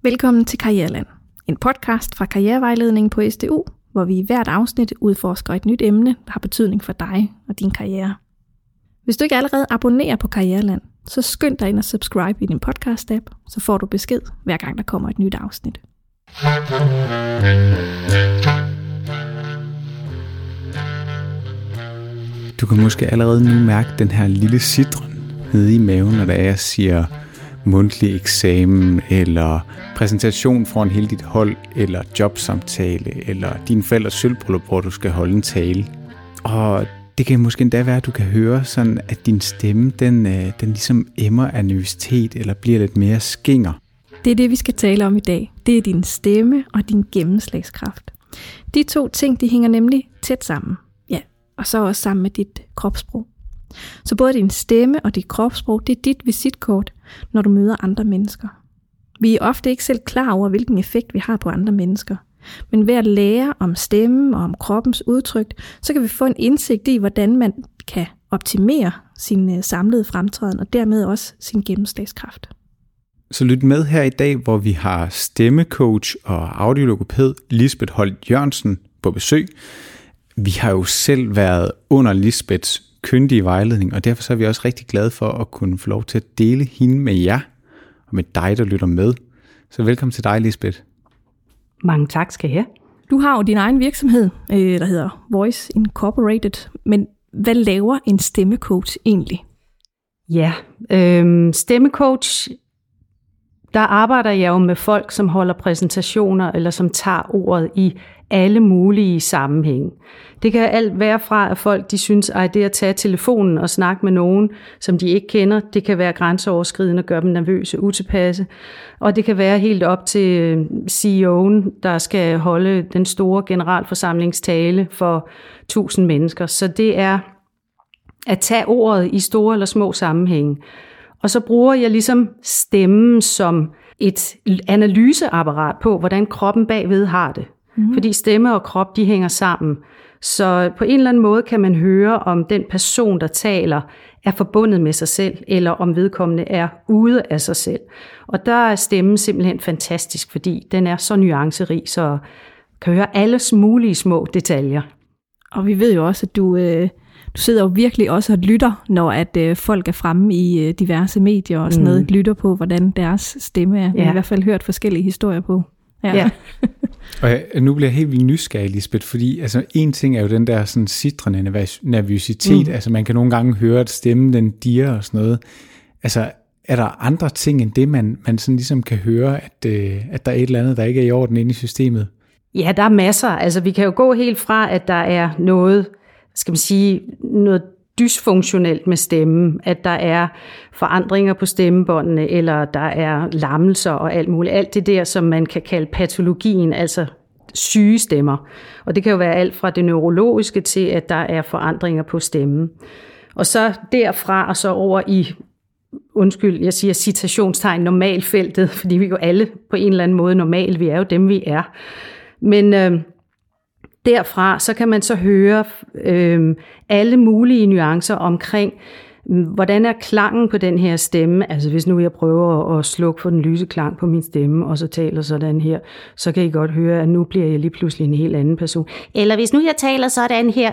Velkommen til Karriereland, en podcast fra Karrierevejledningen på SDU, hvor vi i hvert afsnit udforsker et nyt emne, der har betydning for dig og din karriere. Hvis du ikke allerede abonnerer på Karriereland, så skynd dig ind og subscribe i din podcast-app, så får du besked hver gang der kommer et nyt afsnit. Du kan måske allerede nu mærke den her lille sitren nede i maven, når jeg siger mundtlig eksamen, eller præsentation foran hele dit hold, eller jobsamtale, eller din forældres sølvbryllup, hvor du skal holde en tale. Og det kan måske endda være, at du kan høre sådan, at din stemme, den ligesom emmer af nervøsitet, eller bliver lidt mere skinger. Det er det, vi skal tale om i dag. Det er din stemme og din gennemslagskraft. De to ting, de hænger nemlig tæt sammen. Ja, og så også sammen med dit kropssprog. Så både din stemme og dit kropssprog, det er dit visitkort, når du møder andre mennesker. Vi er ofte ikke selv klar over, hvilken effekt vi har på andre mennesker. Men ved at lære om stemmen og om kroppens udtryk, så kan vi få en indsigt i, hvordan man kan optimere sin samlede fremtræden og dermed også sin gennemslagskraft. Så lyt med her i dag, hvor vi har stemmecoach og audiologopæd Lisbeth Holt Jørgensen på besøg. Vi har jo selv været under Lisbeths kyndige vejledning, og derfor så er vi også rigtig glade for at kunne få lov til at dele hende med jer, og med dig, der lytter med. Så velkommen til dig, Lisbeth. Mange tak skal jeg have. Du har jo din egen virksomhed, der hedder Voice Incorporated, men hvad laver en stemmecoach egentlig? Ja, stemmecoach, der arbejder jeg jo med folk, som holder præsentationer, eller som tager ordet i alle mulige sammenhænge. Det kan alt være fra, at folk de synes, at det at tage telefonen og snakke med nogen, som de ikke kender, det kan være grænseoverskridende og gøre dem nervøse, utilpasse. Og det kan være helt op til CEO'en, der skal holde den store generalforsamlingstale for 1000 mennesker. Så det er at tage ordet i store eller små sammenhænge. Og så bruger jeg ligesom stemmen som et analyseapparat på, hvordan kroppen bagved har det. Fordi stemme og krop, de hænger sammen. Så på en eller anden måde kan man høre, om den person, der taler, er forbundet med sig selv, eller om vedkommende er ude af sig selv. Og der er stemmen simpelthen fantastisk, fordi den er så nuancerig, så kan høre alle mulige små detaljer. Og vi ved jo også, at du sidder jo virkelig også og lytter, når at folk er fremme i diverse medier og sådan noget, lytter på, hvordan deres stemme er. Vi har i hvert fald hørt forskellige historier på. Ja. Og nu bliver jeg helt vildt nysgerrig, Lisbeth, fordi altså, en ting er jo den der sådan sitrende nervøsitet. Altså man kan nogle gange høre, at stemmen den dirrer og sådan noget. Altså er der andre ting end det, man sådan ligesom kan høre, at der er et eller andet, der ikke er i orden inde i systemet? Ja, der er masser. Altså vi kan jo gå helt fra, at der er noget, skal man sige, noget dysfunktionelt med stemmen, at der er forandringer på stemmebåndene, eller der er lammelser og alt muligt. Alt det der, som man kan kalde patologien, altså syge stemmer. Og det kan jo være alt fra det neurologiske til, at der er forandringer på stemmen. Og så derfra og så over i, jeg siger citationstegn, normalfeltet, fordi vi er jo alle på en eller anden måde normale, vi er jo dem, vi er. Men derfra så kan man så høre alle mulige nuancer omkring, hvordan er klangen på den her stemme. Altså hvis nu jeg prøver at slukke for den lyse klang på min stemme, og så taler sådan her, så kan I godt høre, at nu bliver jeg lige pludselig en helt anden person. Eller hvis nu jeg taler sådan her,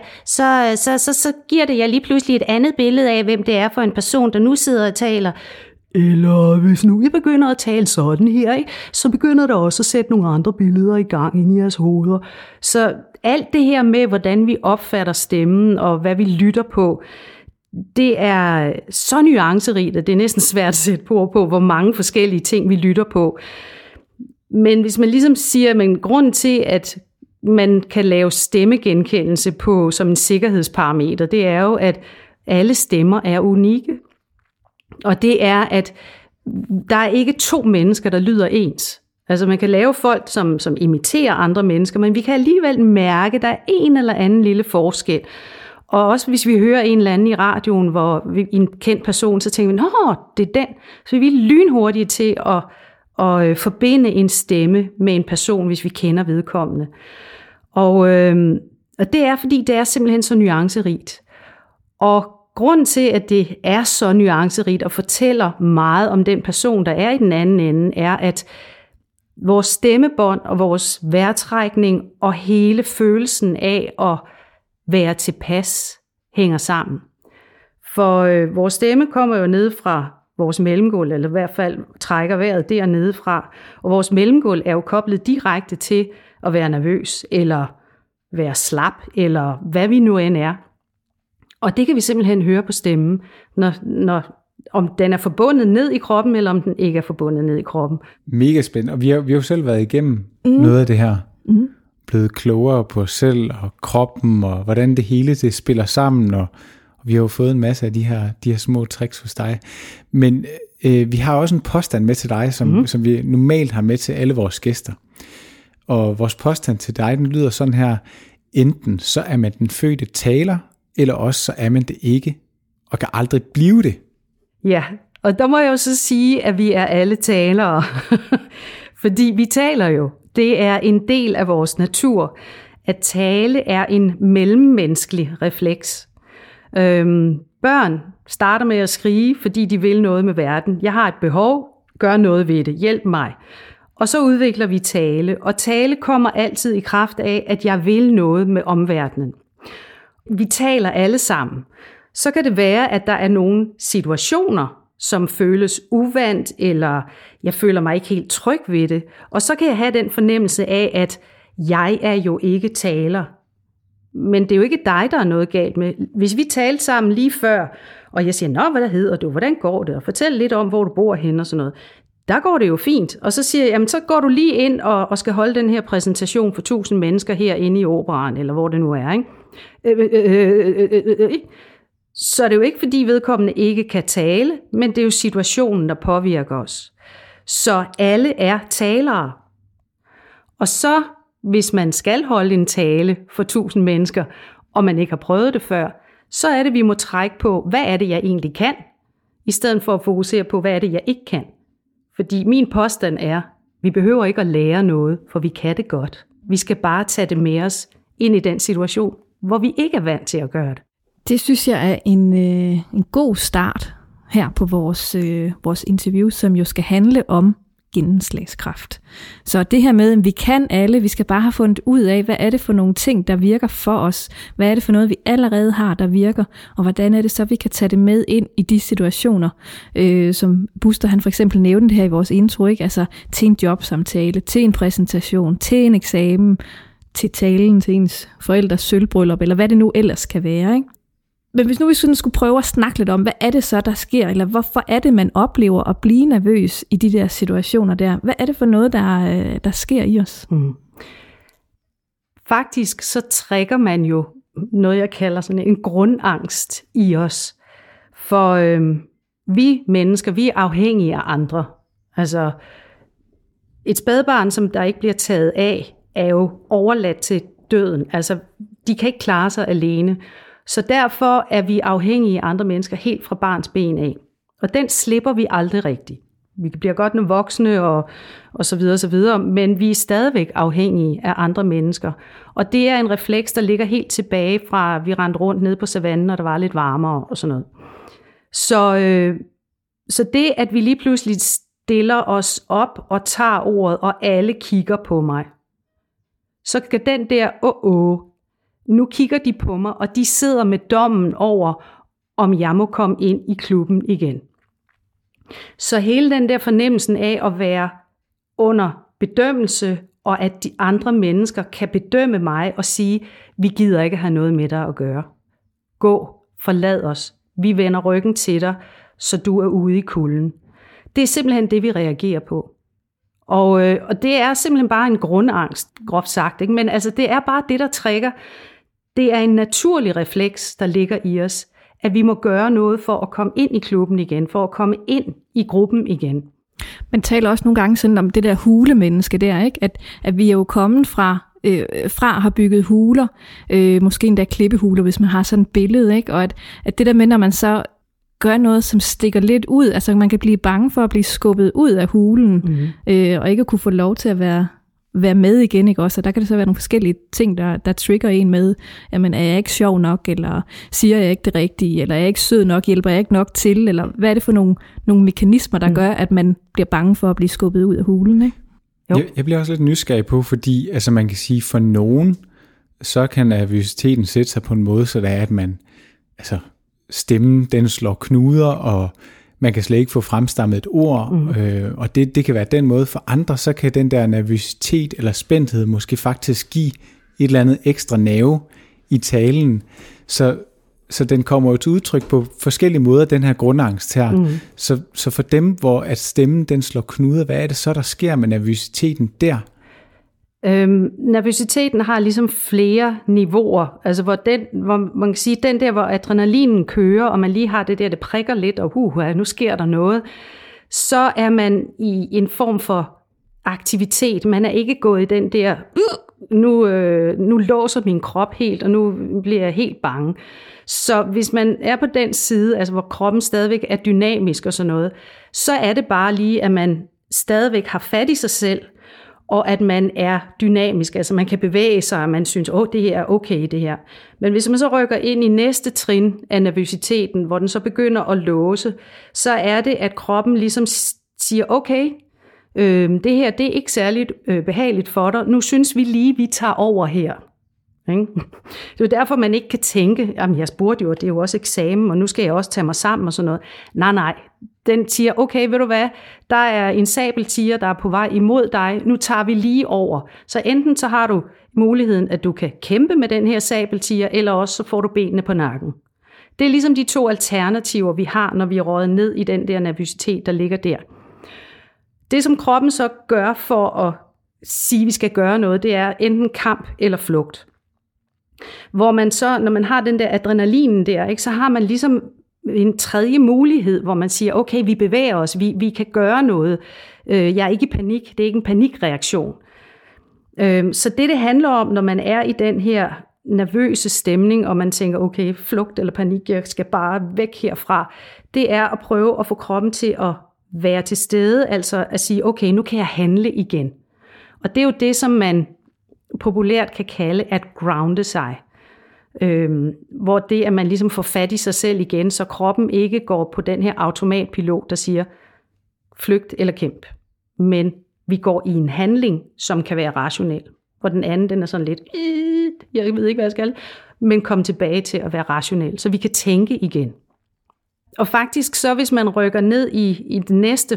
så giver det jeg lige pludselig et andet billede af, hvem det er for en person, der nu sidder og taler. Eller hvis nu jeg begynder at tale sådan her, ikke, så begynder der også at sætte nogle andre billeder i gang ind i jeres hoveder. Så alt det her med, hvordan vi opfatter stemmen og hvad vi lytter på, det er så nuancerigt, at det er næsten svært at sætte på, hvor mange forskellige ting vi lytter på. Men hvis man ligesom siger, at grunden til, at man kan lave stemmegenkendelse på som en sikkerhedsparameter, det er jo, at alle stemmer er unikke. Og det er, at der er ikke to mennesker, der lyder ens. Altså man kan lave folk, som imiterer andre mennesker, men vi kan alligevel mærke, at der er en eller anden lille forskel. Og også hvis vi hører en eller anden i radioen, hvor en kendt person, så tænker vi, nå, det er den. Så vi er lynhurtige til at forbinde en stemme med en person, hvis vi kender vedkommende. Og det er, fordi det er simpelthen så nuancerigt. Og grunden til, at det er så nuancerigt og fortæller meget om den person, der er i den anden ende, er, at Vores stemmebånd og vores vejrtrækning og hele følelsen af at være tilpas hænger sammen. For vores stemme kommer jo ned fra vores mellemgulv, eller i hvert fald trækker vejret dernede fra. Og vores mellemgulv er jo koblet direkte til at være nervøs, eller være slap, eller hvad vi nu end er. Og det kan vi simpelthen høre på stemmen, om den er forbundet ned i kroppen, eller om den ikke er forbundet ned i kroppen. Mega spændende, og vi har jo selv været igennem noget af det her. Blevet klogere på os selv og kroppen, og hvordan det hele det spiller sammen, og vi har jo fået en masse af de her små tricks hos dig. Men vi har også en påstand med til dig, som vi normalt har med til alle vores gæster. Og vores påstand til dig, den lyder sådan her: enten så er man den fødte taler, eller også så er man det ikke, og kan aldrig blive det. Ja, og der må jeg jo så sige, at vi er alle talere. Fordi vi taler jo. Det er en del af vores natur. At tale er en mellemmenneskelig refleks. Børn starter med at skrige, fordi de vil noget med verden. Jeg har et behov, gør noget ved det, hjælp mig. Og så udvikler vi tale, og tale kommer altid i kraft af, at jeg vil noget med omverdenen. Vi taler alle sammen. Så kan det være, at der er nogle situationer, som føles uvant, eller jeg føler mig ikke helt tryg ved det. Og så kan jeg have den fornemmelse af, at jeg er jo ikke taler. Men det er jo ikke dig, der er noget galt med. Hvis vi talte sammen lige før, og jeg siger, nå, hvad der hedder du, hvordan går det, og fortæl lidt om, hvor du bor henne og sådan noget. Der går det jo fint. Og så siger jeg, jamen så går du lige ind og skal holde den her præsentation for 1000 mennesker herinde i operaen, eller hvor det nu er, ikke? Så er det jo ikke, fordi vedkommende ikke kan tale, men det er jo situationen, der påvirker os. Så alle er talere. Og så, hvis man skal holde en tale for 1000 mennesker, og man ikke har prøvet det før, så er det, vi må trække på, hvad er det, jeg egentlig kan, i stedet for at fokusere på, hvad er det, jeg ikke kan. Fordi min påstand er, vi behøver ikke at lære noget, for vi kan det godt. Vi skal bare tage det med os ind i den situation, hvor vi ikke er vant til at gøre det. Det synes jeg er en god start her på vores interview, som jo skal handle om gennemslagskraft. Så det her med, at vi kan alle, vi skal bare have fundet ud af, hvad er det for nogle ting, der virker for os? Hvad er det for noget, vi allerede har, der virker? Og hvordan er det så, vi kan tage det med ind i de situationer, som Buster han for eksempel nævnte her i vores intro, ikke? Altså til en jobsamtale, til en præsentation, til en eksamen, til talen til ens forældres sølvbryllup, eller hvad det nu ellers kan være, ikke? Men hvis nu vi sådan skulle prøve at snakke lidt om, hvad er det så, der sker, eller hvorfor er det, man oplever at blive nervøs i de der situationer der? Hvad er det for noget, der sker i os? Faktisk så trækker man jo noget, jeg kalder sådan en grundangst i os. For vi mennesker, vi er afhængige af andre. Altså et spædbarn, som der ikke bliver taget af, er jo overladt til døden. Altså de kan ikke klare sig alene. Så derfor er vi afhængige af andre mennesker helt fra barns ben af. Og den slipper vi aldrig rigtigt. Vi bliver godt nogle voksne og så videre, men vi er stadigvæk afhængige af andre mennesker. Og det er en refleks, der ligger helt tilbage fra, vi rendte rundt nede på savannen, og der var lidt varmere og sådan noget. Så det, at vi lige pludselig stiller os op og tager ordet, og alle kigger på mig, så kan den der, nu kigger de på mig, og de sidder med dommen over, om jeg må komme ind i klubben igen. Så hele den der fornemmelsen af at være under bedømmelse, og at de andre mennesker kan bedømme mig og sige, vi gider ikke have noget med dig at gøre. Gå, forlad os, vi vender ryggen til dig, så du er ude i kulden. Det er simpelthen det, vi reagerer på. Og det er simpelthen bare en grundangst, groft sagt, ikke? Men altså, det er bare det, der trigger. Det er en naturlig refleks, der ligger i os, at vi må gøre noget for at komme ind i klubben igen, for at komme ind i gruppen igen. Man taler også nogle gange sådan om det der hulemenneske der, ikke? At vi er jo kommet fra at have bygget huler, måske endda klippehuler, hvis man har sådan et billede, ikke? Og at det der med, når man så gør noget, som stikker lidt ud, altså man kan blive bange for at blive skubbet ud af hulen, og ikke kunne få lov til at være med igen, ikke også? Og der kan det så være nogle forskellige ting, der trigger en med, jamen er jeg ikke sjov nok, eller siger jeg ikke det rigtige, eller er jeg ikke sød nok, hjælper jeg ikke nok til, eller hvad er det for nogle mekanismer, der gør, at man bliver bange for at blive skubbet ud af hulen, ikke? Jeg bliver også lidt nysgerrig på, fordi altså man kan sige, for nogen, så kan nervøsiteten sætte sig på en måde, så det er, at man, altså stemmen, den slår knuder, og man kan slet ikke få fremstammet et ord, og det kan være den måde. For andre, så kan den der nervøsitet eller spændthed måske faktisk give et eller andet ekstra nerve i talen, så den kommer jo til udtryk på forskellige måder, den her grundangst her. Så for dem, hvor at stemmen den slår knuder, hvad er det så, der sker med nervøsiteten der? Nervøsiteten har ligesom flere niveauer, altså hvor man kan sige, den der, hvor adrenalinen kører, og man lige har det der, det prikker lidt, og nu sker der noget, så er man i en form for aktivitet. Man er ikke gået i den der, nu låser min krop helt, og nu bliver jeg helt bange. Så hvis man er på den side, altså hvor kroppen stadigvæk er dynamisk og sådan noget, så er det bare lige, at man stadigvæk har fat i sig selv, og at man er dynamisk, altså man kan bevæge sig, og man synes, det her er okay, det her. Men hvis man så rykker ind i næste trin af nervøsiteten, hvor den så begynder at låse, så er det, at kroppen ligesom siger, okay, det her, det er ikke særligt behageligt for dig, nu synes vi lige, vi tager over her. Det er derfor, man ikke kan tænke, jamen jeg spurgte jo, det er jo også eksamen, og nu skal jeg også tage mig sammen og sådan noget. Nej, den siger, okay, ved du hvad, der er en sabeltiger, der er på vej imod dig, nu tager vi lige over. Så enten så har du muligheden, at du kan kæmpe med den her sabeltiger, eller også så får du benene på nakken. Det er ligesom de to alternativer, vi har, når vi er røget ned i den der nervøsitet, der ligger der. Det, som kroppen så gør for at sige, at vi skal gøre noget, det er enten kamp eller flugt. Hvor man så, når man har den der adrenalinen der, ikke, så har man ligesom en tredje mulighed, hvor man siger, okay, vi bevæger os, vi kan gøre noget. Jeg er ikke i panik, det er ikke en panikreaktion. Så det handler om, når man er i den her nervøse stemning, og man tænker, okay, flugt eller panik, jeg skal bare væk herfra, det er at prøve at få kroppen til at være til stede, altså at sige, okay, nu kan jeg handle igen. Og det er jo det, som man populært kan kalde at grounde sig. Hvor det, at man ligesom får fat i sig selv igen, så kroppen ikke går på den her automatpilot, der siger, flygt eller kæmp. Men vi går i en handling, som kan være rationel. Hvor den anden, den er sådan lidt, jeg ved ikke, hvad jeg skal, men komme tilbage til at være rationel, så vi kan tænke igen. Og faktisk så, hvis man rykker ned i det næste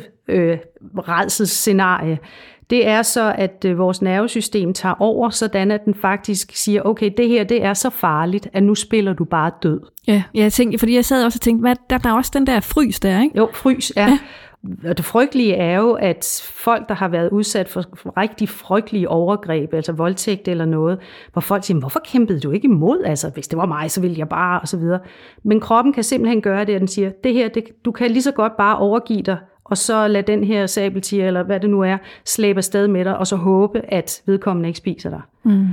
rædselsscenarie, det er så, at vores nervesystem tager over, sådan at den faktisk siger, okay, det her, det er så farligt, at nu spiller du bare død. Ja, jeg tænkte, fordi jeg sad også og tænkte, der er også den der frys der, ikke? Jo, frys, ja. Og det frygtelige er jo, at folk, der har været udsat for rigtig frygtelige overgreb, altså voldtægt eller noget, hvor folk siger, hvorfor kæmpede du ikke imod? Altså, hvis det var mig, så ville jeg bare, og så videre. Men kroppen kan simpelthen gøre det, at den siger, det her, du kan lige så godt bare overgive dig, og så lad den her sabeltiger, eller hvad det nu er, slæbe afsted med dig, og så håbe, at vedkommende ikke spiser dig.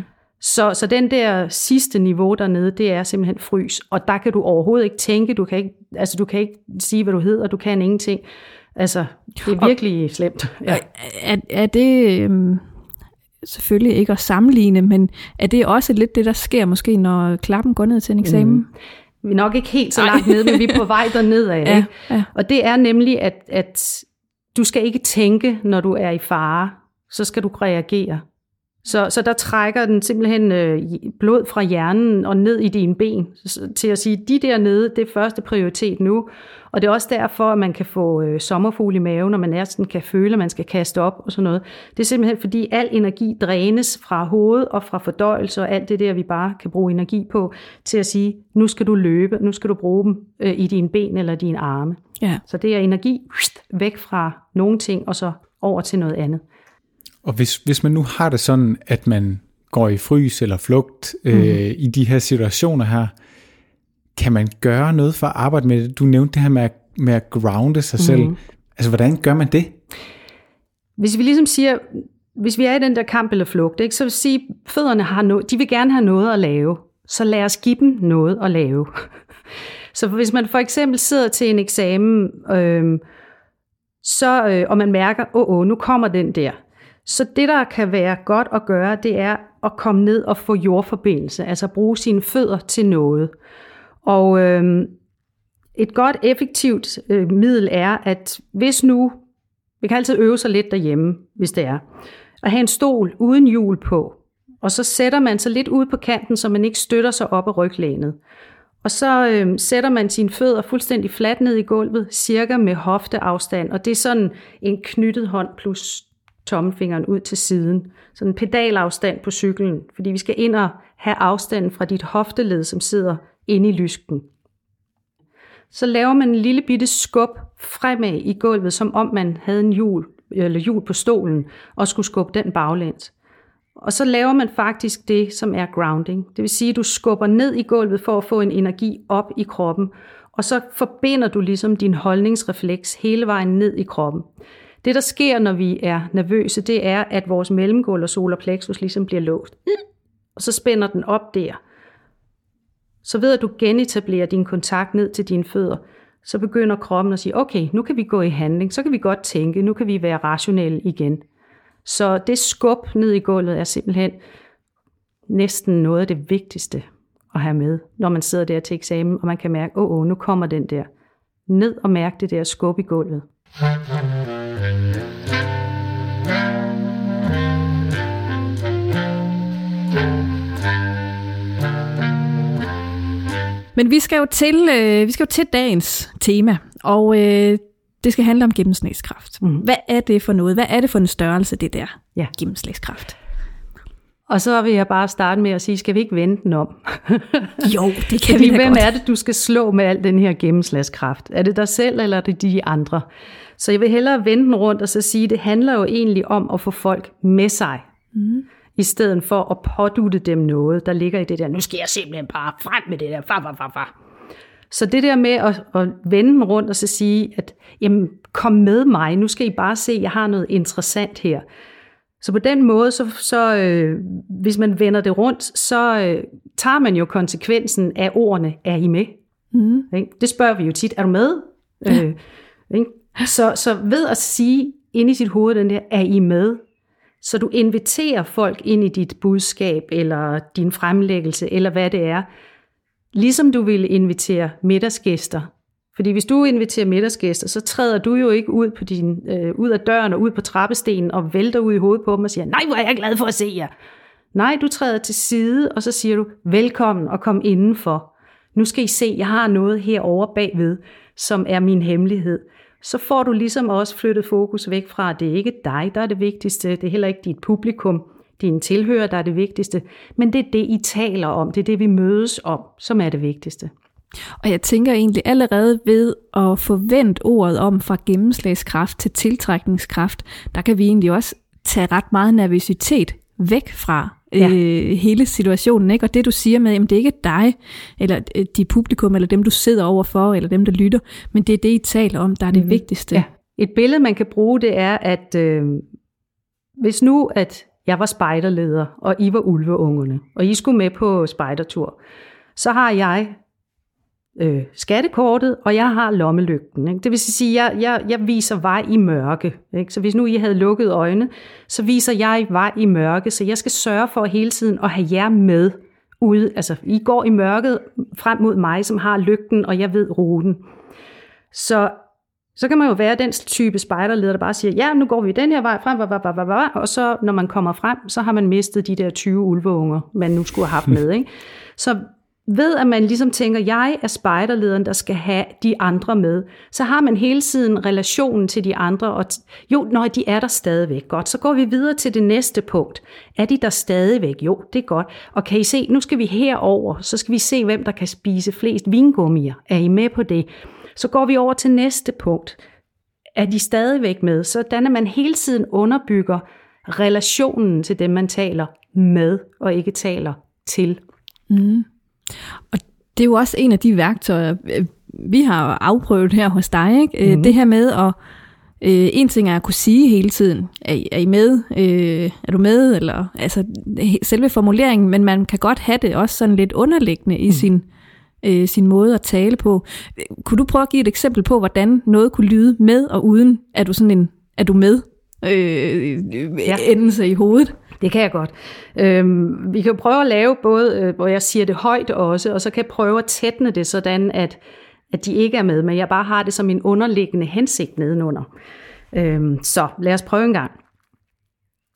Så den der sidste niveau dernede, det er simpelthen frys, og der kan du overhovedet ikke tænke, du kan ikke sige, hvad du hedder, du kan ingenting. Altså, det er virkelig slemt. Ja. Er det selvfølgelig ikke at sammenligne, men er det også lidt det, der sker måske, når klappen går ned til en eksamen? Vi er nok ikke helt så langt nede, men vi er på vej dernedad. Ja. Og det er nemlig, at du skal ikke tænke, når du er i fare, så skal du reagere. Så der trækker den simpelthen blod fra hjernen og ned i dine ben til at sige, de dernede, det er første prioritet nu. Og det er også derfor, at man kan få sommerfugle i maven, når man næsten kan føle, at man skal kaste op og sådan noget. Det er simpelthen fordi, al energi drænes fra hovedet og fra fordøjelse og alt det der, vi bare kan bruge energi på, til at sige, nu skal du løbe, nu skal du bruge dem i dine ben eller dine arme. Ja. Så det er energi væk fra nogle ting og så over til noget andet. Og hvis man nu har det sådan, at man går i frys eller flugt i de her situationer her, kan man gøre noget for at arbejde med det? Du nævnte det her med at grounde sig selv. Altså, hvordan gør man det? Hvis vi ligesom siger, hvis vi er i den der kamp eller flugt, ikke, så vil sige, at fødderne de vil gerne have noget at lave. Så lad os give dem noget at lave. Så hvis man for eksempel sidder til en eksamen, og man mærker, nu kommer den der. Så det, der kan være godt at gøre, det er at komme ned og få jordforbindelse, altså bruge sine fødder til noget. Og et godt, effektivt middel er, at hvis nu, vi kan altid øve sig lidt derhjemme, hvis det er, at have en stol uden hjul på, og så sætter man sig lidt ude på kanten, så man ikke støtter sig op ad ryglænet. Og så sætter man sine fødder fuldstændig fladt ned i gulvet, cirka med hofteafstand, og det er sådan en knyttet hånd plus tommelfingeren ud til siden. Sådan en pedalafstand på cyklen, fordi vi skal ind og have afstanden fra dit hofteled, som sidder inde i lysken. Så laver man en lille bitte skub fremad i gulvet, som om man havde en hjul på stolen, og skulle skubbe den baglæns. Og så laver man faktisk det, som er grounding. Det vil sige, at du skubber ned i gulvet for at få en energi op i kroppen, og så forbinder du ligesom din holdningsrefleks hele vejen ned i kroppen. Det, der sker, når vi er nervøse, det er, at vores mellemgulv og solar plexus ligesom bliver låst. Og så spænder den op der. Så ved at du genetablerer din kontakt ned til dine fødder, så begynder kroppen at sige, okay, nu kan vi gå i handling, så kan vi godt tænke, nu kan vi være rationelle igen. Så det skub ned i gulvet er simpelthen næsten noget af det vigtigste at have med, når man sidder der til eksamen, og man kan mærke, nu kommer den der. Ned og mærke det der skub i gulvet. Men vi skal jo til dagens tema, og det skal handle om gennemslagskraft. Hvad er det for noget? Hvad er det for en størrelse, det der gennemslagskraft? Og så vil jeg bare starte med at sige, skal vi ikke vende den om? Jo, det kan vi da hvem godt. er det, du skal slå med al den her gennemslagskraft? Er det dig selv, eller er det de andre? Så jeg vil hellere vende den rundt og så sige, det handler jo egentlig om at få folk med sig. I stedet for at pådutte dem noget, der ligger i det der, nu skal jeg simpelthen bare frem med det der, far. Så det der med at vende dem rundt og så sige, at jamen, kom med mig, nu skal I bare se, jeg har noget interessant her. Så på den måde, så hvis man vender det rundt, så tager man jo konsekvensen af ordene, er I med? Det spørger vi jo tit, er du med? Ja. Så ved at sige ind i sit hoved den der, er I med? Så du inviterer folk ind i dit budskab, eller din fremlæggelse, eller hvad det er. Ligesom du ville invitere middagsgæster. Fordi hvis du inviterer middagsgæster, så træder du jo ikke ud af døren og ud på trappestenen og vælter ud i hovedet på dem og siger, nej, hvor er jeg glad for at se jer. Nej, du træder til side, og så siger du, velkommen og kom indenfor. Nu skal I se, jeg har noget herovre bagved, som er min hemmelighed. Så får du ligesom også flyttet fokus væk fra, at det er ikke dig, der er det vigtigste, det er heller ikke dit publikum, dine tilhører, der er det vigtigste, men det er det, I taler om, det er det, vi mødes om, som er det vigtigste. Og jeg tænker egentlig allerede ved at forvente ordet om fra gennemslagskraft til tiltrækningskraft, der kan vi egentlig også tage ret meget nervøsitet væk fra hele situationen, ikke? Og det du siger med, jamen det er ikke dig, eller dit publikum, eller dem du sidder overfor, eller dem der lytter, men det er det I taler om, der er det vigtigste. Ja. Et billede man kan bruge, det er, at hvis nu at jeg var spejderleder, og I var ulveungerne, og I skulle med på spejdertur, så har jeg skattekortet, og jeg har lommelygten. Ikke? Det vil sige, at jeg viser vej i mørke. Ikke? Så hvis nu I havde lukket øjne, så viser jeg vej i mørke, så jeg skal sørge for hele tiden at have jer med ude. Altså, I går i mørket frem mod mig, som har lygten, og jeg ved ruten. Så kan man jo være den type spejderleder, der bare siger, ja, nu går vi den her vej frem, og så når man kommer frem, så har man mistet de der 20 ulveunger, man nu skulle have haft med. Ikke? Så ved at man ligesom tænker, jeg er spejderlederen, der skal have de andre med, så har man hele tiden relationen til de andre, og de er der stadigvæk. Godt, så går vi videre til det næste punkt. Er de der stadigvæk? Jo, det er godt. Og kan I se, nu skal vi herover, så skal vi se, hvem der kan spise flest vingummier. Er I med på det? Så går vi over til næste punkt. Er de stadigvæk med? Sådan at man hele tiden underbygger relationen til dem, man taler med, og ikke taler til. Og det er jo også en af de værktøjer, vi har afprøvet her hos dig, ikke? Det her med at en ting er at kunne sige hele tiden, er I med? Er du med? Eller altså selve formuleringen, men man kan godt have det også sådan lidt underliggende i sin måde at tale på. Kunne du prøve at give et eksempel på, hvordan noget kunne lyde med og uden? Er du med? Endelse i hovedet? Det kan jeg godt. Vi kan prøve at lave både, hvor jeg siger det højt også, og så kan jeg prøve at tætne det sådan, at de ikke er med, men jeg bare har det som en underliggende hensigt nedenunder. Så lad os prøve en gang.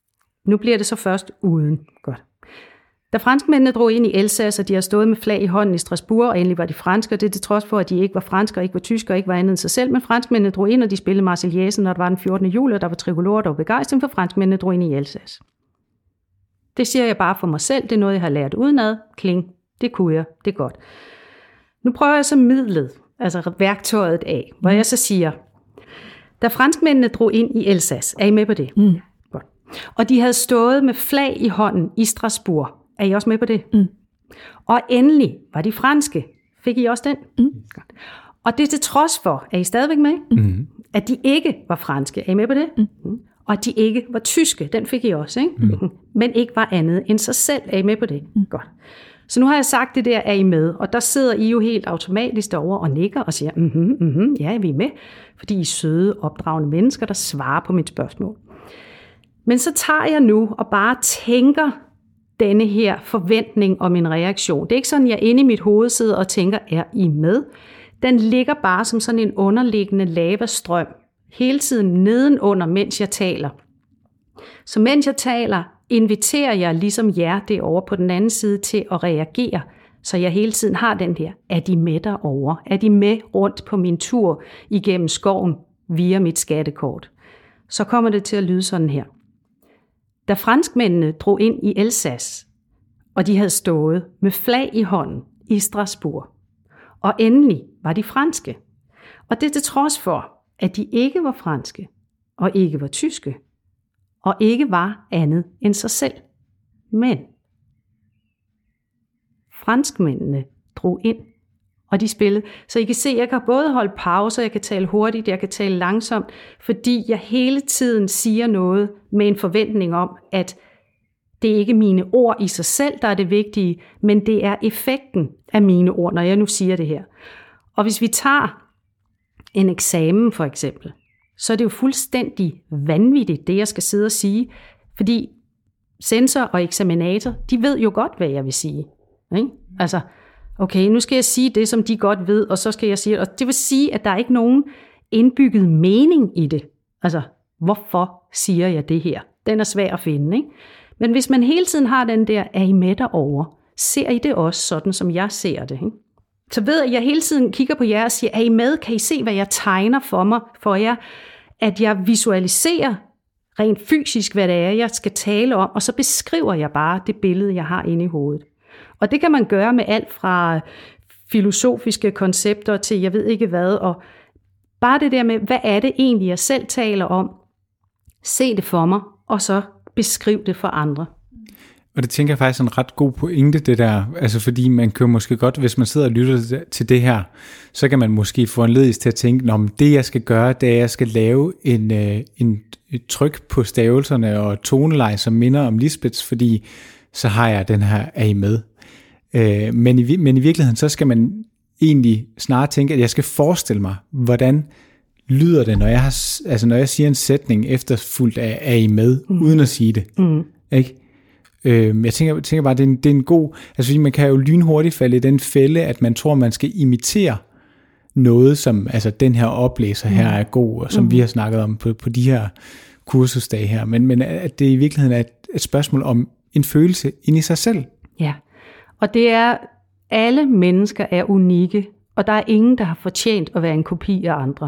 Nu bliver det så først uden. Godt. Da franskmændene drog ind i Elsass, og de har stået med flag i hånden i Strasbourg, og endelig var de franske, og det til trods for, at de ikke var franske, og ikke var tyske, og ikke var andet end sig selv, men franskmændene drog ind, og de spillede Marseillaisen, når det var den 14. juli, og der var trikolorer, der var begejstring for franskmændene drog ind i Elsass. Det siger jeg bare for mig selv, det er noget, jeg har lært udenad. Kling, det kunne jeg, det er godt. Nu prøver jeg så midlet, altså værktøjet af, hvor jeg så siger, da franskmændene drog ind i Elsass, er I med på det? Godt. Og de havde stået med flag i hånden i Strasbourg. Er I også med på det? Og endelig var de franske. Fik I også den? Godt. Og det er til trods for, er I stadigvæk med? At de ikke var franske. Er I med på det? Og at de ikke var tyske. Den fik I også, ikke? Men ikke var andet end sig selv. Er I med på det? Godt. Så nu har jeg sagt det der, er I med? Og der sidder I jo helt automatisk derovre og nikker og siger, ja, vi er med. Fordi I er søde, opdragende mennesker, der svarer på mit spørgsmål. Men så tager jeg nu og bare tænker denne her forventning om en reaktion. Det er ikke sådan, jeg inde i mit hoved sidder og tænker, er I med? Den ligger bare som sådan en underliggende lavastrøm, hele tiden nedenunder, mens jeg taler. Så mens jeg taler, inviterer jeg ligesom jer derovre på den anden side til at reagere, så jeg hele tiden har den her, er de med derovre? Er de med rundt på min tur igennem skoven via mit skattekort? Så kommer det til at lyde sådan her. Da franskmændene drog ind i Elsass, og de havde stået med flag i hånden i Strasbourg, og endelig var de franske, og det til trods for, at de ikke var franske, og ikke var tyske, og ikke var andet end sig selv. Men franskmændene drog ind, og de spillede. Så I kan se, at jeg kan både holde pauser, jeg kan tale hurtigt, jeg kan tale langsomt, fordi jeg hele tiden siger noget med en forventning om, at det er ikke mine ord i sig selv, der er det vigtige, men det er effekten af mine ord, når jeg nu siger det her. Og hvis vi tager en eksamen for eksempel, så er det jo fuldstændig vanvittigt, det jeg skal sidde og sige, fordi censor og eksaminator, de ved jo godt, hvad jeg vil sige. Ikke? Altså, okay, nu skal jeg sige det, som de godt ved, og så skal jeg sige, og det vil sige, at der er ikke nogen indbygget mening i det. Altså, hvorfor siger jeg det her? Den er svær at finde, ikke? Men hvis man hele tiden har den der, er I med derovre? Ser I det også sådan, som jeg ser det? Ikke? Så ved jeg, at jeg hele tiden kigger på jer og siger, er I med? Kan I se, hvad jeg tegner for jer? At jeg visualiserer rent fysisk, hvad det er, jeg skal tale om, og så beskriver jeg bare det billede, jeg har inde i hovedet. Og det kan man gøre med alt fra filosofiske koncepter til jeg ved ikke hvad, og bare det der med, hvad er det egentlig, jeg selv taler om? Se det for mig, og så beskriv det for andre. Og det tænker jeg faktisk er en ret god pointe, det der, altså fordi man kan måske godt, hvis man sidder og lytter til det her, så kan man måske få en ledelse til at tænke, om det jeg skal gøre, det er, at jeg skal lave et tryk på stavelserne og toneleje, som minder om Lisbeths, fordi så har jeg den her, er I med? Men i virkeligheden, så skal man egentlig snarere tænke, at jeg skal forestille mig, hvordan lyder det, når jeg siger en sætning efterfulgt af, er I med, uden at sige det. Ikke? Jeg tænker bare, det er en god, altså fordi man kan jo lynhurtigt falde i den fælde, at man tror, man skal imitere noget, som altså den her oplæser her er god, og som vi har snakket om på de her kursusdage her, men at det i virkeligheden er et spørgsmål om en følelse ind i sig selv. Ja, og det er, alle mennesker er unikke, og der er ingen, der har fortjent at være en kopi af andre.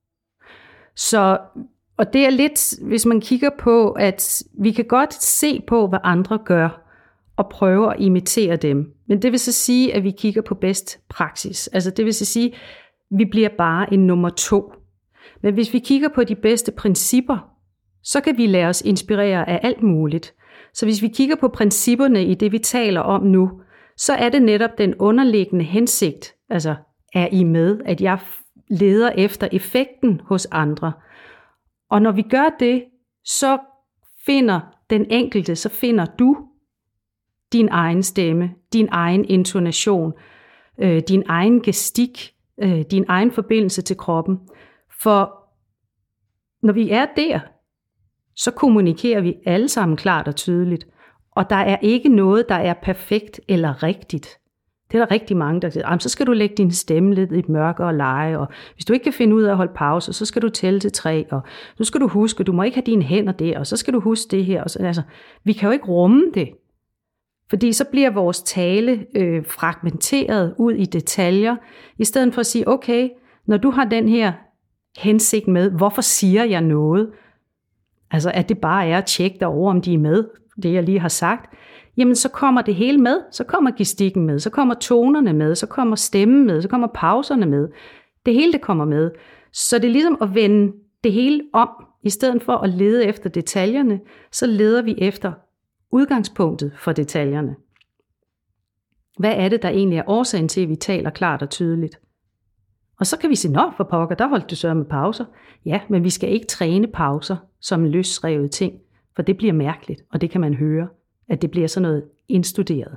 Så, og det er lidt, hvis man kigger på, at vi kan godt se på, hvad andre gør, og prøve at imitere dem. Men det vil så sige, at vi kigger på bedst praksis. Altså det vil så sige, at vi bliver bare en nummer 2. Men hvis vi kigger på de bedste principper, så kan vi lade os inspirere af alt muligt. Så hvis vi kigger på principperne i det, vi taler om nu, så er det netop den underliggende hensigt, altså er I med, at jeg leder efter effekten hos andre. Og når vi gør det, så finder den enkelte, så finder du din egen stemme, din egen intonation, din egen gestik, din egen forbindelse til kroppen. For når vi er der, så kommunikerer vi alle sammen klart og tydeligt. Og der er ikke noget, der er perfekt eller rigtigt. Det er der rigtig mange, der siger, så skal du lægge din stemme lidt i mørke og lege, og hvis du ikke kan finde ud af at holde pause, så skal du tælle til 3, og nu skal du huske, du må ikke have dine hænder der, og så skal du huske det her. Og så, altså, vi kan jo ikke rumme det, fordi så bliver vores tale fragmenteret ud i detaljer, i stedet for at sige, okay, når du har den her hensigt med, hvorfor siger jeg noget? Altså, at det bare er at tjekke derovre, om de er med, det jeg lige har sagt, jamen så kommer det hele med, så kommer gestikken med, så kommer tonerne med, så kommer stemmen med, så kommer pauserne med. Det hele det kommer med. Så det er ligesom at vende det hele om, i stedet for at lede efter detaljerne, så leder vi efter udgangspunktet for detaljerne. Hvad er det, der egentlig er årsagen til, at vi taler klart og tydeligt? Og så kan vi sige, for pokker, der holdt du så med pauser. Ja, men vi skal ikke træne pauser som en løsrevet ting, for det bliver mærkeligt, og det kan man høre, at det bliver sådan noget indstuderet.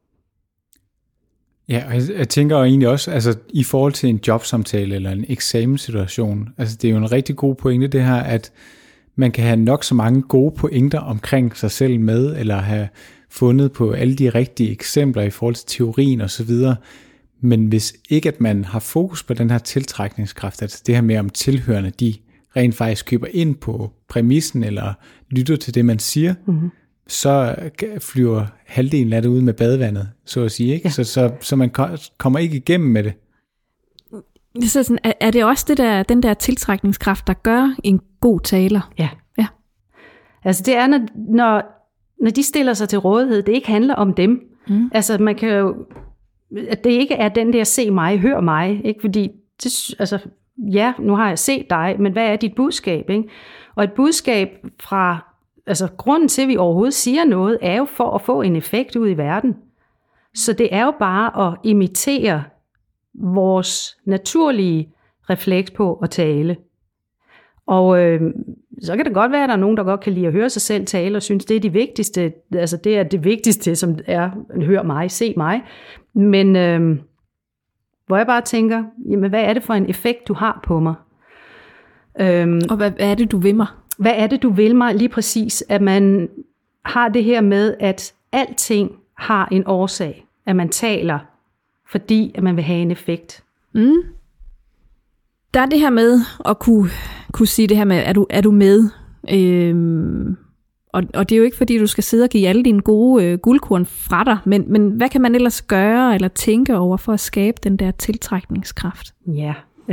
Ja, og jeg tænker jo egentlig også, altså i forhold til en jobsamtale eller en eksamenssituation, altså det er jo en rigtig god pointe det her, at man kan have nok så mange gode pointer omkring sig selv med, eller have fundet på alle de rigtige eksempler i forhold til teorien og så videre. Men hvis ikke at man har fokus på den her tiltrækningskraft, altså det her med om tilhørende, de rent faktisk køber ind på præmissen, eller lytter til det man siger, så flyver halvdelen af det ud med badevandet, så at sige, ikke? Ja. Så man kommer ikke igennem med det. Så sådan, er det også den der tiltrækningskraft, der gør en god taler? Ja. Altså det er, når de stiller sig til rådighed, det ikke handler om dem. Altså man kan jo, at det ikke er den der se mig, hør mig, ikke? Fordi det, altså, ja, nu har jeg set dig, men hvad er dit budskab? Ikke? Og et budskab fra, altså grunden til, at vi overhovedet siger noget, er jo for at få en effekt ud i verden. Så det er jo bare at imitere vores naturlige refleks på at tale. Og så kan det godt være, at der er nogen, der godt kan lide at høre sig selv tale, og synes, det er det vigtigste, altså det er det vigtigste, som er, hør mig, se mig. Men hvor jeg bare tænker, jamen hvad er det for en effekt, du har på mig? Og hvad er det, du vil mig? Hvad er det, du vil mig lige præcis? At man har det her med, at alting har en årsag. At man taler, fordi at man vil have en effekt. Der er det her med at kunne sige det her med, er du med? Og det er jo ikke, fordi du skal sidde og give alle dine gode guldkorn fra dig, men hvad kan man ellers gøre eller tænke over for at skabe den der tiltrækningskraft? Ja,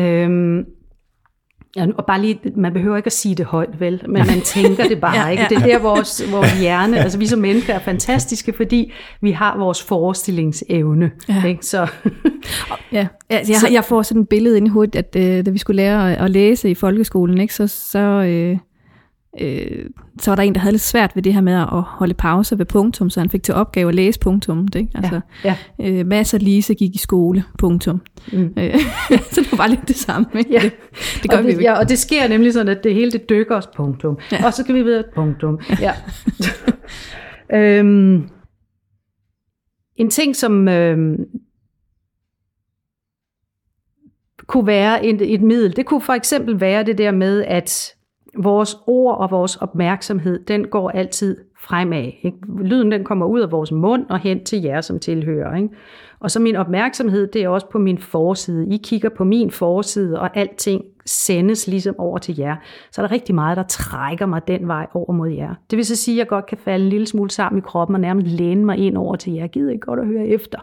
og bare lige, man behøver ikke at sige det højt, vel? Men man tænker det bare, ikke? Det er der vores hjerne, altså vi som mennesker er fantastiske, fordi vi har vores forestillingsevne, ikke? Så jeg får sådan et billede ind i hovedet, at da vi skulle lære at læse i folkeskolen, ikke, så var der en, der havde lidt svært ved det her med at holde pause ved punktum, så han fik til opgave at læse punktum. Ikke? Altså, Mads og Lise gik i skole, punktum. Så det var lidt det samme. Ikke? Ja. Det gør vi ikke. Ja, og det sker nemlig sådan, at det hele det dykker os, punktum. Ja. Og så kan vi videre, punktum. Ja. En ting, som kunne være et middel, det kunne for eksempel være det der med, at vores ord og vores opmærksomhed, den går altid fremad. Ikke? Lyden den kommer ud af vores mund og hen til jer som tilhører. Ikke? Og så min opmærksomhed, det er også på min forside. I kigger på min forside, og alting sendes ligesom over til jer. Så er der rigtig meget, der trækker mig den vej over mod jer. Det vil så sige, at jeg godt kan falde en lille smule sammen i kroppen og nærmest læne mig ind over til jer. Jeg gider ikke godt at høre efter.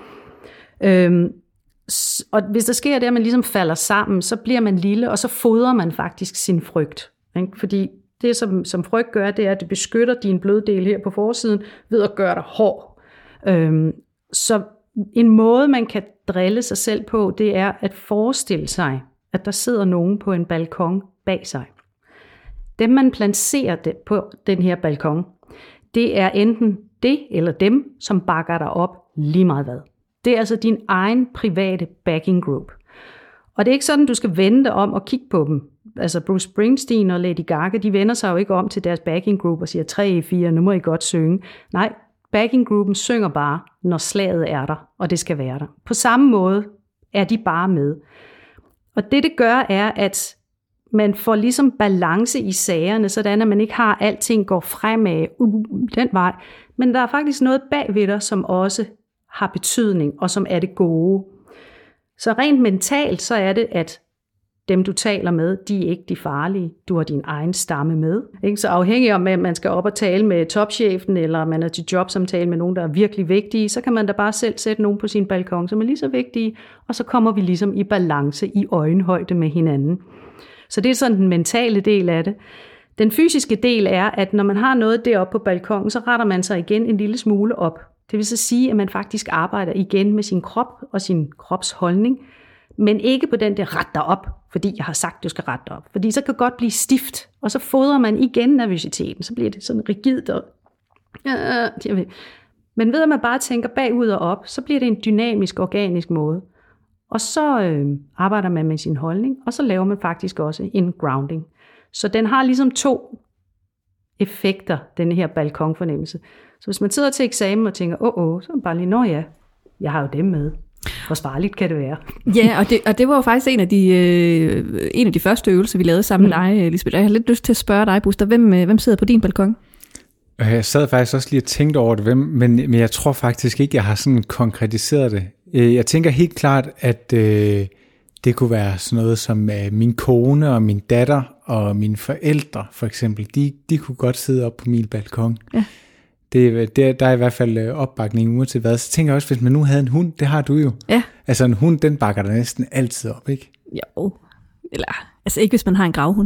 Og hvis der sker det, at man ligesom falder sammen, så bliver man lille, og så fodrer man faktisk sin frygt. Ikke? Fordi det, som frygt gør, det er, at det beskytter din bløddel her på forsiden, ved at gøre dig hård. Så en måde, man kan drille sig selv på, det er at forestille sig, at der sidder nogen på en balkon bag sig. Dem, man placerer det på den her balkon, det er enten det eller dem, som bakker dig op lige meget hvad. Det er altså din egen private backing group. Og det er ikke sådan, du skal vende dig om og kigge på dem. Altså Bruce Springsteen og Lady Gaga, de vender sig jo ikke om til deres backing group og siger 3, 4, nu må I godt synge. Nej, backing groupen synger bare, når slaget er der, og det skal være der. På samme måde er de bare med. Og det gør er, at man får ligesom balance i sagerne, sådan at man ikke har alting går fremad den vej. Men der er faktisk noget bagved dig, som også har betydning, og som er det gode. Så rent mentalt, så er det, at dem du taler med, de er ikke de farlige. Du har din egen stamme med. Ikke? Så afhængig af, om man skal op og tale med topchefen, eller man er til jobsamtale med nogen, der er virkelig vigtige, så kan man da bare selv sætte nogen på sin balkon, som er lige så vigtige, og så kommer vi ligesom i balance, i øjenhøjde med hinanden. Så det er sådan den mentale del af det. Den fysiske del er, at når man har noget deroppe på balkonen, så retter man sig igen en lille smule op. Det vil så sige, at man faktisk arbejder igen med sin krop og sin kropsholdning, men ikke på den der ret dig op, fordi jeg har sagt, du skal rette dig op. Fordi så kan det godt blive stift, og så fodrer man igen nervøsiteten. Så bliver det sådan rigidt. Men ved at man bare tænker bagud og op, så bliver det en dynamisk, organisk måde. Og så arbejder man med sin holdning, og så laver man faktisk også en grounding. Så den har ligesom 2 effekter, den her balkonfornemmelse. Så hvis man sidder til eksamen og tænker, så er man bare lige, nå ja, jeg har jo dem med. Hvor farligt kan det være? Ja, og det var jo faktisk en af de første øvelser, vi lavede sammen med dig, Lisbeth. Jeg har lidt lyst til at spørge dig, Buster, hvem sidder på din balkon? Jeg sad faktisk også lige og tænkte over det, men jeg tror faktisk ikke, jeg har sådan konkretiseret det. Jeg tænker helt klart, at det kunne være sådan noget som min kone og min datter og mine forældre for eksempel. De kunne godt sidde op på min balkon. Ja. Der er i hvert fald opbakning uanset hvad. Så tænker jeg også, hvis man nu havde en hund, det har du jo. Ja. Altså en hund, den bakker der næsten altid op, ikke? Jo, eller altså ikke hvis man har en gravhund.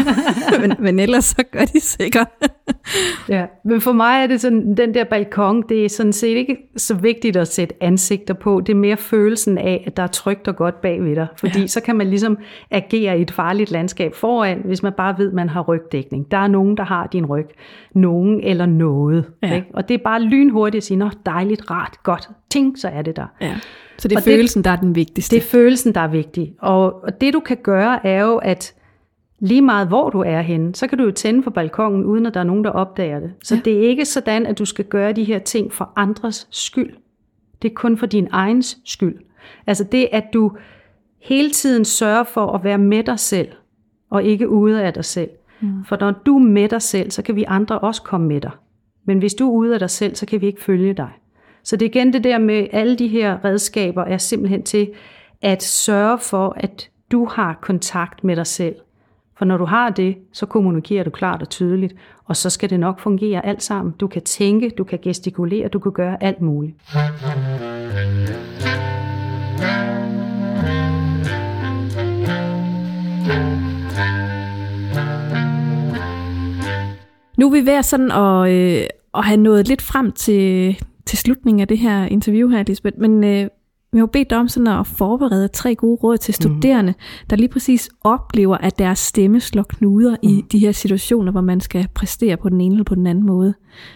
men ellers så gør de sikkert. Ja, men for mig er det sådan, den der balkon, det er sådan set ikke så vigtigt at sætte ansigter på. Det er mere følelsen af, at der er trygt og godt bagved dig. Fordi så kan man ligesom agere i et farligt landskab foran, hvis man bare ved, at man har rygdækning. Der er nogen, der har din ryg. Nogen eller noget. Ja. Ikke? Og det er bare lynhurtigt at sige, nå dejligt, rart, godt. Ting, så er det der. Ja. Så det er følelsen, der er den vigtigste. Det er følelsen, der er vigtig. Og det du kan gøre, er jo, at lige meget hvor du er henne, så kan du jo tænde for balkongen, uden at der er nogen, der opdager det. Så det er ikke sådan, at du skal gøre de her ting for andres skyld. Det er kun for din egens skyld. Altså det, at du hele tiden sørger for at være med dig selv, og ikke ude af dig selv. For når du er med dig selv, så kan vi andre også komme med dig. Men hvis du er ude af dig selv, så kan vi ikke følge dig. Så det er igen det der med, alle de her redskaber er simpelthen til at sørge for, at du har kontakt med dig selv. For når du har det, så kommunikerer du klart og tydeligt, og så skal det nok fungere alt sammen. Du kan tænke, du kan gestikulere, du kan gøre alt muligt. Nu er vi ved sådan at have nået lidt frem til slutningen af det her interview her, Lisbeth, men vi har bedt dig om sådan at forberede 3 gode råd til studerende, der lige præcis oplever, at deres stemme slår knuder i de her situationer, hvor man skal præstere på den ene eller på den anden måde.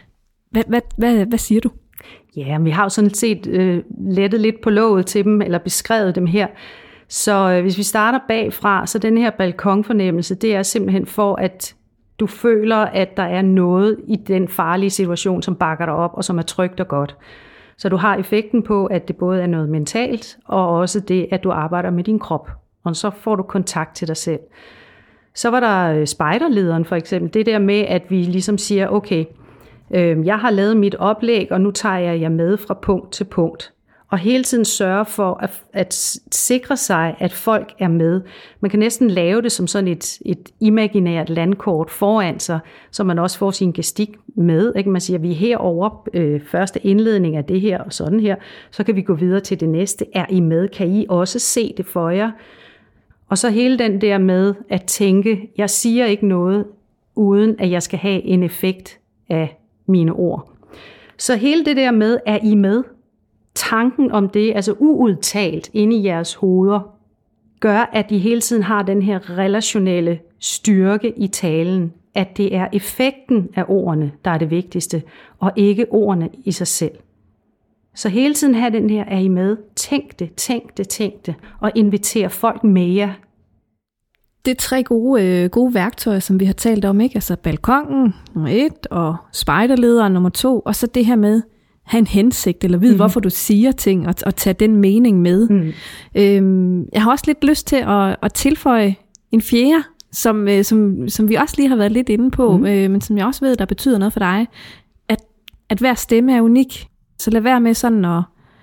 Hvad siger du? Ja, vi har jo sådan set lettet lidt på låget til dem, eller beskrevet dem her. Så hvis vi starter bagfra, så den her balkonfornemmelse, det er simpelthen for, at du føler, at der er noget i den farlige situation, som bakker dig op, og som er trygt og godt. Så du har effekten på, at det både er noget mentalt, og også det, at du arbejder med din krop. Og så får du kontakt til dig selv. Så var der spejderlederen for eksempel. Det der med, at vi ligesom siger, okay, jeg har lavet mit oplæg, og nu tager jeg jer med fra punkt til punkt. Og hele tiden sørge for at sikre sig, at folk er med. Man kan næsten lave det som sådan et imaginært landkort foran sig, så man også får sin gestik med. Ikke? Man siger, at vi er herovre, første indledning af det her og sådan her, så kan vi gå videre til det næste. Er I med? Kan I også se det for jer? Og så hele den der med at tænke, jeg siger ikke noget, uden at jeg skal have en effekt af mine ord. Så hele det der med, er I med? Tanken om det, altså uudtalt inde i jeres hoveder, gør, at I hele tiden har den her relationelle styrke i talen, at det er effekten af ordene, der er det vigtigste, og ikke ordene i sig selv. Så hele tiden have den her, er I med? Tænk det, og inviter folk med jer. Det er 3 gode værktøjer, som vi har talt om, ikke? Altså balkongen, nummer 1, og spejderlederen, nummer 2, og så det her med, have en hensigt, eller vide, hvorfor du siger ting, og tage den mening med. Jeg har også lidt lyst til at tilføje en 4, som vi også lige har været lidt inde på, men som jeg også ved, der betyder noget for dig, at hver stemme er unik. Så lad være med sådan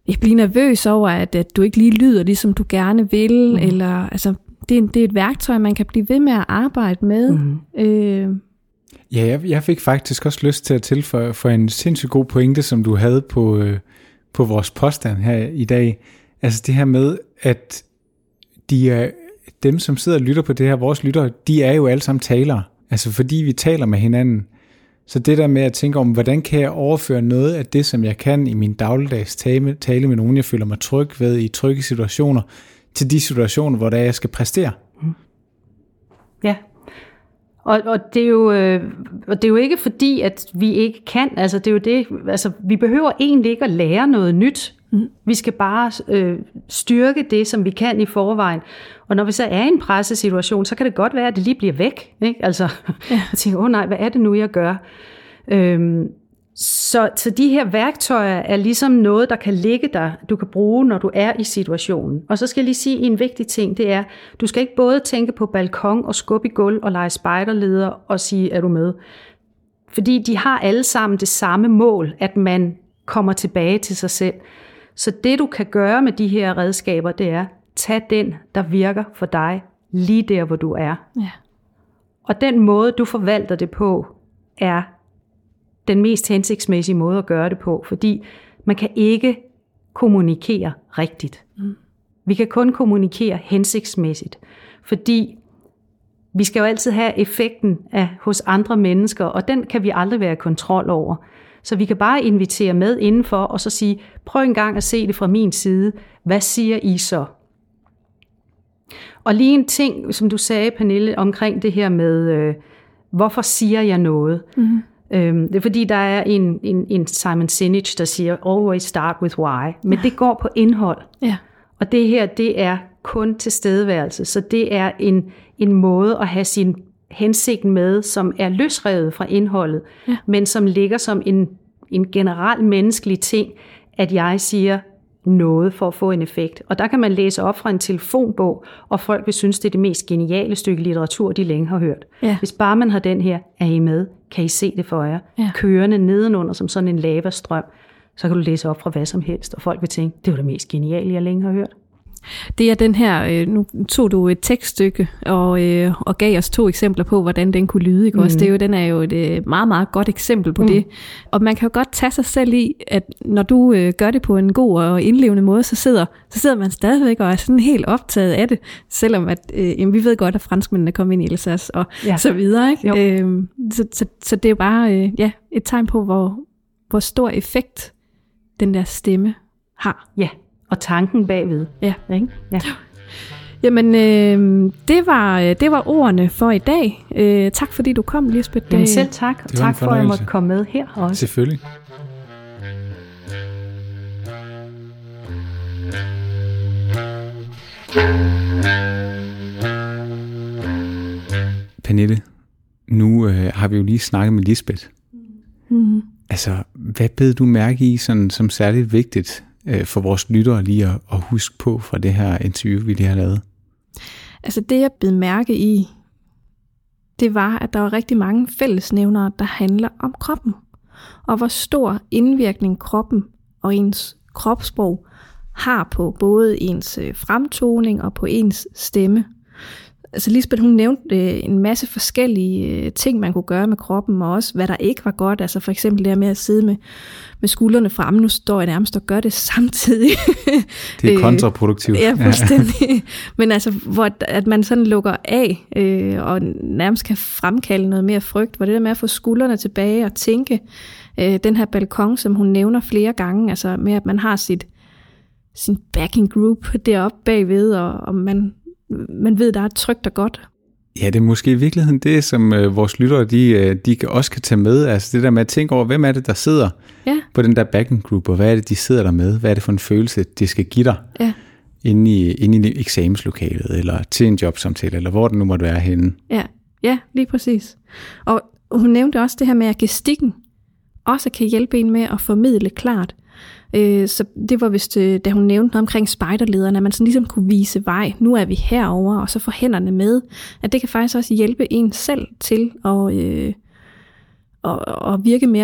blive nervøs over, at du ikke lige lyder, ligesom du gerne vil, eller altså, det er et værktøj, man kan blive ved med at arbejde med. Ja, jeg fik faktisk også lyst til at tilføje for en sindssygt god pointe, som du havde på vores påstand her i dag. Altså det her med, at dem, som sidder og lytter på det her, vores lyttere, de er jo alle sammen talere. Altså fordi vi taler med hinanden. Så det der med at tænke om, hvordan kan jeg overføre noget af det, som jeg kan i min dagligdags tale med nogen, jeg føler mig tryg ved i trygge situationer, til de situationer, hvor jeg skal præstere. Ja. Og det er jo ikke fordi, at vi ikke kan, altså det er jo det, altså vi behøver egentlig ikke at lære noget nyt. Vi skal bare styrke det, som vi kan i forvejen. Og når vi så er i en pressesituation, så kan det godt være, at det lige bliver væk. Ikke? Altså, jeg tænker, nej, hvad er det nu, jeg gør? Så de her værktøjer er ligesom noget, der kan ligge der, du kan bruge, når du er i situationen. Og så skal jeg lige sige en vigtig ting, det er, du skal ikke både tænke på balkon og skub i gulv og lege spejderleder og sige, er du med? Fordi de har alle sammen det samme mål, at man kommer tilbage til sig selv. Så det du kan gøre med de her redskaber, det er, tag den, der virker for dig, lige der, hvor du er. Ja. Og den måde, du forvalter det på, er den mest hensigtsmæssige måde at gøre det på, fordi man kan ikke kommunikere rigtigt. Vi kan kun kommunikere hensigtsmæssigt, fordi vi skal jo altid have effekten hos andre mennesker, og den kan vi aldrig være i kontrol over. Så vi kan bare invitere med indenfor, og så sige, prøv en gang at se det fra min side. Hvad siger I så? Og lige en ting, som du sagde, Pernille, omkring det her med, hvorfor siger jeg noget? Det er fordi, der er en Simon Sinek, der siger, always start with why. Men det går på indhold. Ja. Og det her, det er kun tilstedeværelse. Så det er en måde at have sin hensigt med, som er løsrevet fra indholdet, men som ligger som en generel menneskelig ting, at jeg siger noget for at få en effekt. Og der kan man læse op fra en telefonbog, og folk vil synes, det er det mest geniale stykke litteratur, de længe har hørt. Ja. Hvis bare man har den her, er I med? Kan I se det for jer? Ja. Kørende nedenunder som sådan en lavastrøm, så kan du læse op fra hvad som helst, og folk vil tænke, det var det mest geniale, jeg længe har hørt. Det er den her, nu tog du et tekststykke og gav os 2 eksempler på, hvordan den kunne lyde. Ikke? Den er jo et meget, meget godt eksempel på det. Og man kan jo godt tage sig selv i, at når du gør det på en god og indlevende måde, så sidder man stadigvæk og er sådan helt optaget af det, selvom at, vi ved godt, at franskmændene kom ind i Alsace og så videre. Ikke? Så det er jo bare et tegn på, hvor stor effekt den der stemme har. Ja. Og tanken bagved. Ja. Ikke? Ja. Jamen, det var ordene for i dag. Tak fordi du kom, Lisbeth. Jamen selv tak. Og tak for, at jeg måtte komme med her også. Selvfølgelig. Pernille, nu har vi jo lige snakket med Lisbeth. Altså, hvad bed du mærke i sådan, som særligt vigtigt for vores lyttere lige at huske på fra det her interview, vi lige har lavet? Altså det, jeg bed mærke i, det var, at der var rigtig mange fællesnævnere, der handler om kroppen. Og hvor stor indvirkning kroppen og ens kropssprog har på både ens fremtoning og på ens stemme. Altså Lisbeth, hun nævnte en masse forskellige ting, man kunne gøre med kroppen, og også hvad der ikke var godt. Altså for eksempel det her med at sidde med skuldrene fremme. Nu står jeg nærmest og gør det samtidig. Det er kontraproduktivt. Ja, fuldstændig. Men altså, at man sådan lukker af, og nærmest kan fremkalde noget mere frygt. Hvor det der med at få skuldrene tilbage og tænke den her balkon, som hun nævner flere gange, altså med at man har sin backing group deroppe bagved, og man ved, der er trygt og godt. Ja, det er måske i virkeligheden det, som vores lyttere, de også kan tage med. Altså det der med at tænke over, hvem er det, der sidder på den der backing group, og hvad er det, de sidder der med? Hvad er det for en følelse, de skal give dig inde i eksamenslokalet, eller til en jobsamtale, eller hvor det nu måtte være henne? Ja, lige præcis. Og hun nævnte også det her med, at gestikken også kan hjælpe en med at formidle klart. Så det var vist, da hun nævnte noget omkring spejderlederne, at man sådan ligesom kunne vise vej. Nu er vi herover, og så få hænderne med. At det kan faktisk også hjælpe en selv til at virke mere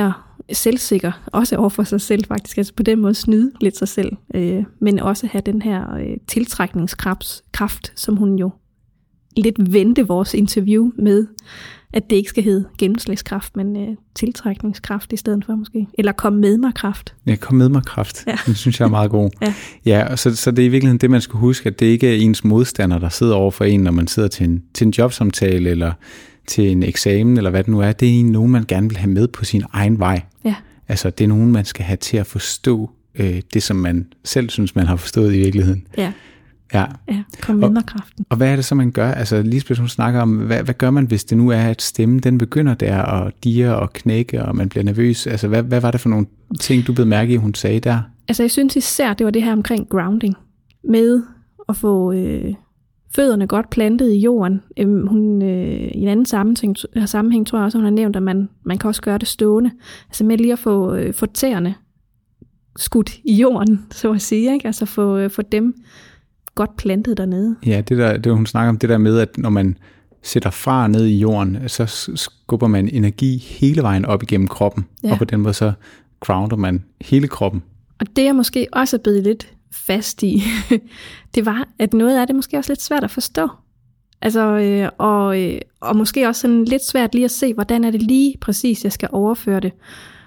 selvsikker, også over for sig selv faktisk, altså på den måde snyde lidt sig selv, men også have den her tiltrækningskraft, som hun jo lidt vendte vores interview med, at det ikke skal hedde gennemslagskraft, men tiltrækningskraft i stedet for måske. Eller kom med mig kraft. Ja, kom med mig kraft. Ja. Den synes jeg er meget god. Ja, så det er i virkeligheden det, man skal huske, at det ikke er ens modstander, der sidder over for en, når man sidder til en jobsamtale, eller til en eksamen, eller hvad det nu er. Det er nogen, man gerne vil have med på sin egen vej. Ja. Altså, det er nogen, man skal have til at forstå det, som man selv synes, man har forstået i virkeligheden. Ja. Ja, kom med mig kraften. Og hvad er det så, man gør? Altså Lisbeth, hun snakker om, hvad gør man, hvis det nu er, at stemmen den begynder der at dirre og knække, og man bliver nervøs? Altså hvad var det for nogle ting, du blev mærke i, hun sagde der? Altså jeg synes især, det var det her omkring grounding, med at få fødderne godt plantet i jorden. Hun i en anden sammenhæng tror jeg også, hun har nævnt, at man kan også gøre det stående. Altså med lige at få tæerne skudt i jorden, så at sige, ikke? Altså få dem godt plantet dernede. Ja, det hun snakker om, det der med, at når man sætter fra ned i jorden, så skubber man energi hele vejen op igennem kroppen, og på den måde så grounder man hele kroppen. Og det jeg måske også er blevet lidt fast i, det var, at noget af det måske også lidt svært at forstå. Altså, og måske også sådan lidt svært lige at se, hvordan er det lige præcis, jeg skal overføre det.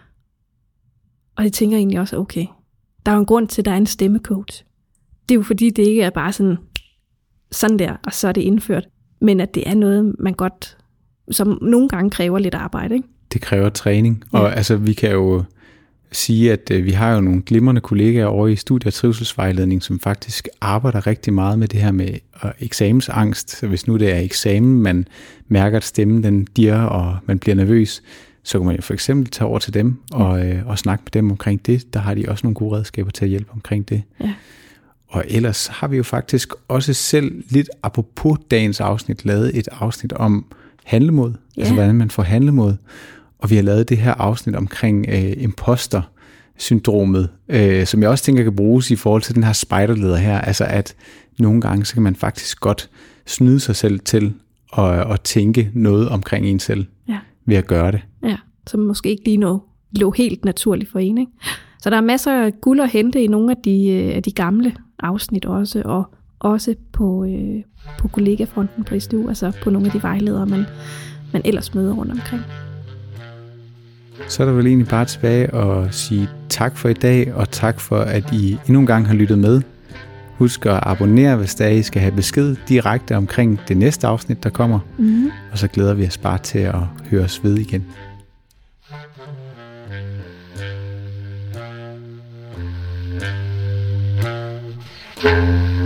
Og det tænker jeg egentlig også, okay, der er jo en grund til, at der er en stemmecoach. Det er jo fordi, det ikke er bare sådan der, og så er det indført. Men at det er noget, man godt, som nogle gange kræver lidt arbejde, ikke? Det kræver træning. Ja. Og altså, vi kan jo sige, at vi har jo nogle glimrende kollegaer over i studie- og trivselsvejledning, som faktisk arbejder rigtig meget med det her med eksamensangst. Så hvis nu det er eksamen, man mærker, at stemmen den dirrer, og man bliver nervøs, så kan man jo for eksempel tage over til dem og snakke med dem omkring det. Der har de også nogle gode redskaber til at hjælpe omkring det. Ja. Og ellers har vi jo faktisk også selv lidt apropos dagens afsnit lavet et afsnit om handlemod. Ja. Altså hvordan man får handlemod. Og vi har lavet det her afsnit omkring imposter-syndromet, som jeg også tænker kan bruges i forhold til den her spejderleder her. Altså at nogle gange så kan man faktisk godt snyde sig selv til at tænke noget omkring en selv ved at gøre det. Ja, som måske ikke lige lå helt naturligt for en, ikke? Så der er masser af guld at hente i nogle af de gamle afsnit også, og også på kollegafronten på SDU, altså på nogle af de vejledere, man ellers møder rundt omkring. Så er der vel egentlig bare tilbage at sige tak for i dag, og tak for, at I endnu en gang har lyttet med. Husk at abonnere, hvis der I skal have besked direkte omkring det næste afsnit, der kommer. Mm-hmm. Og så glæder vi os bare til at høre os ved igen. Thank you.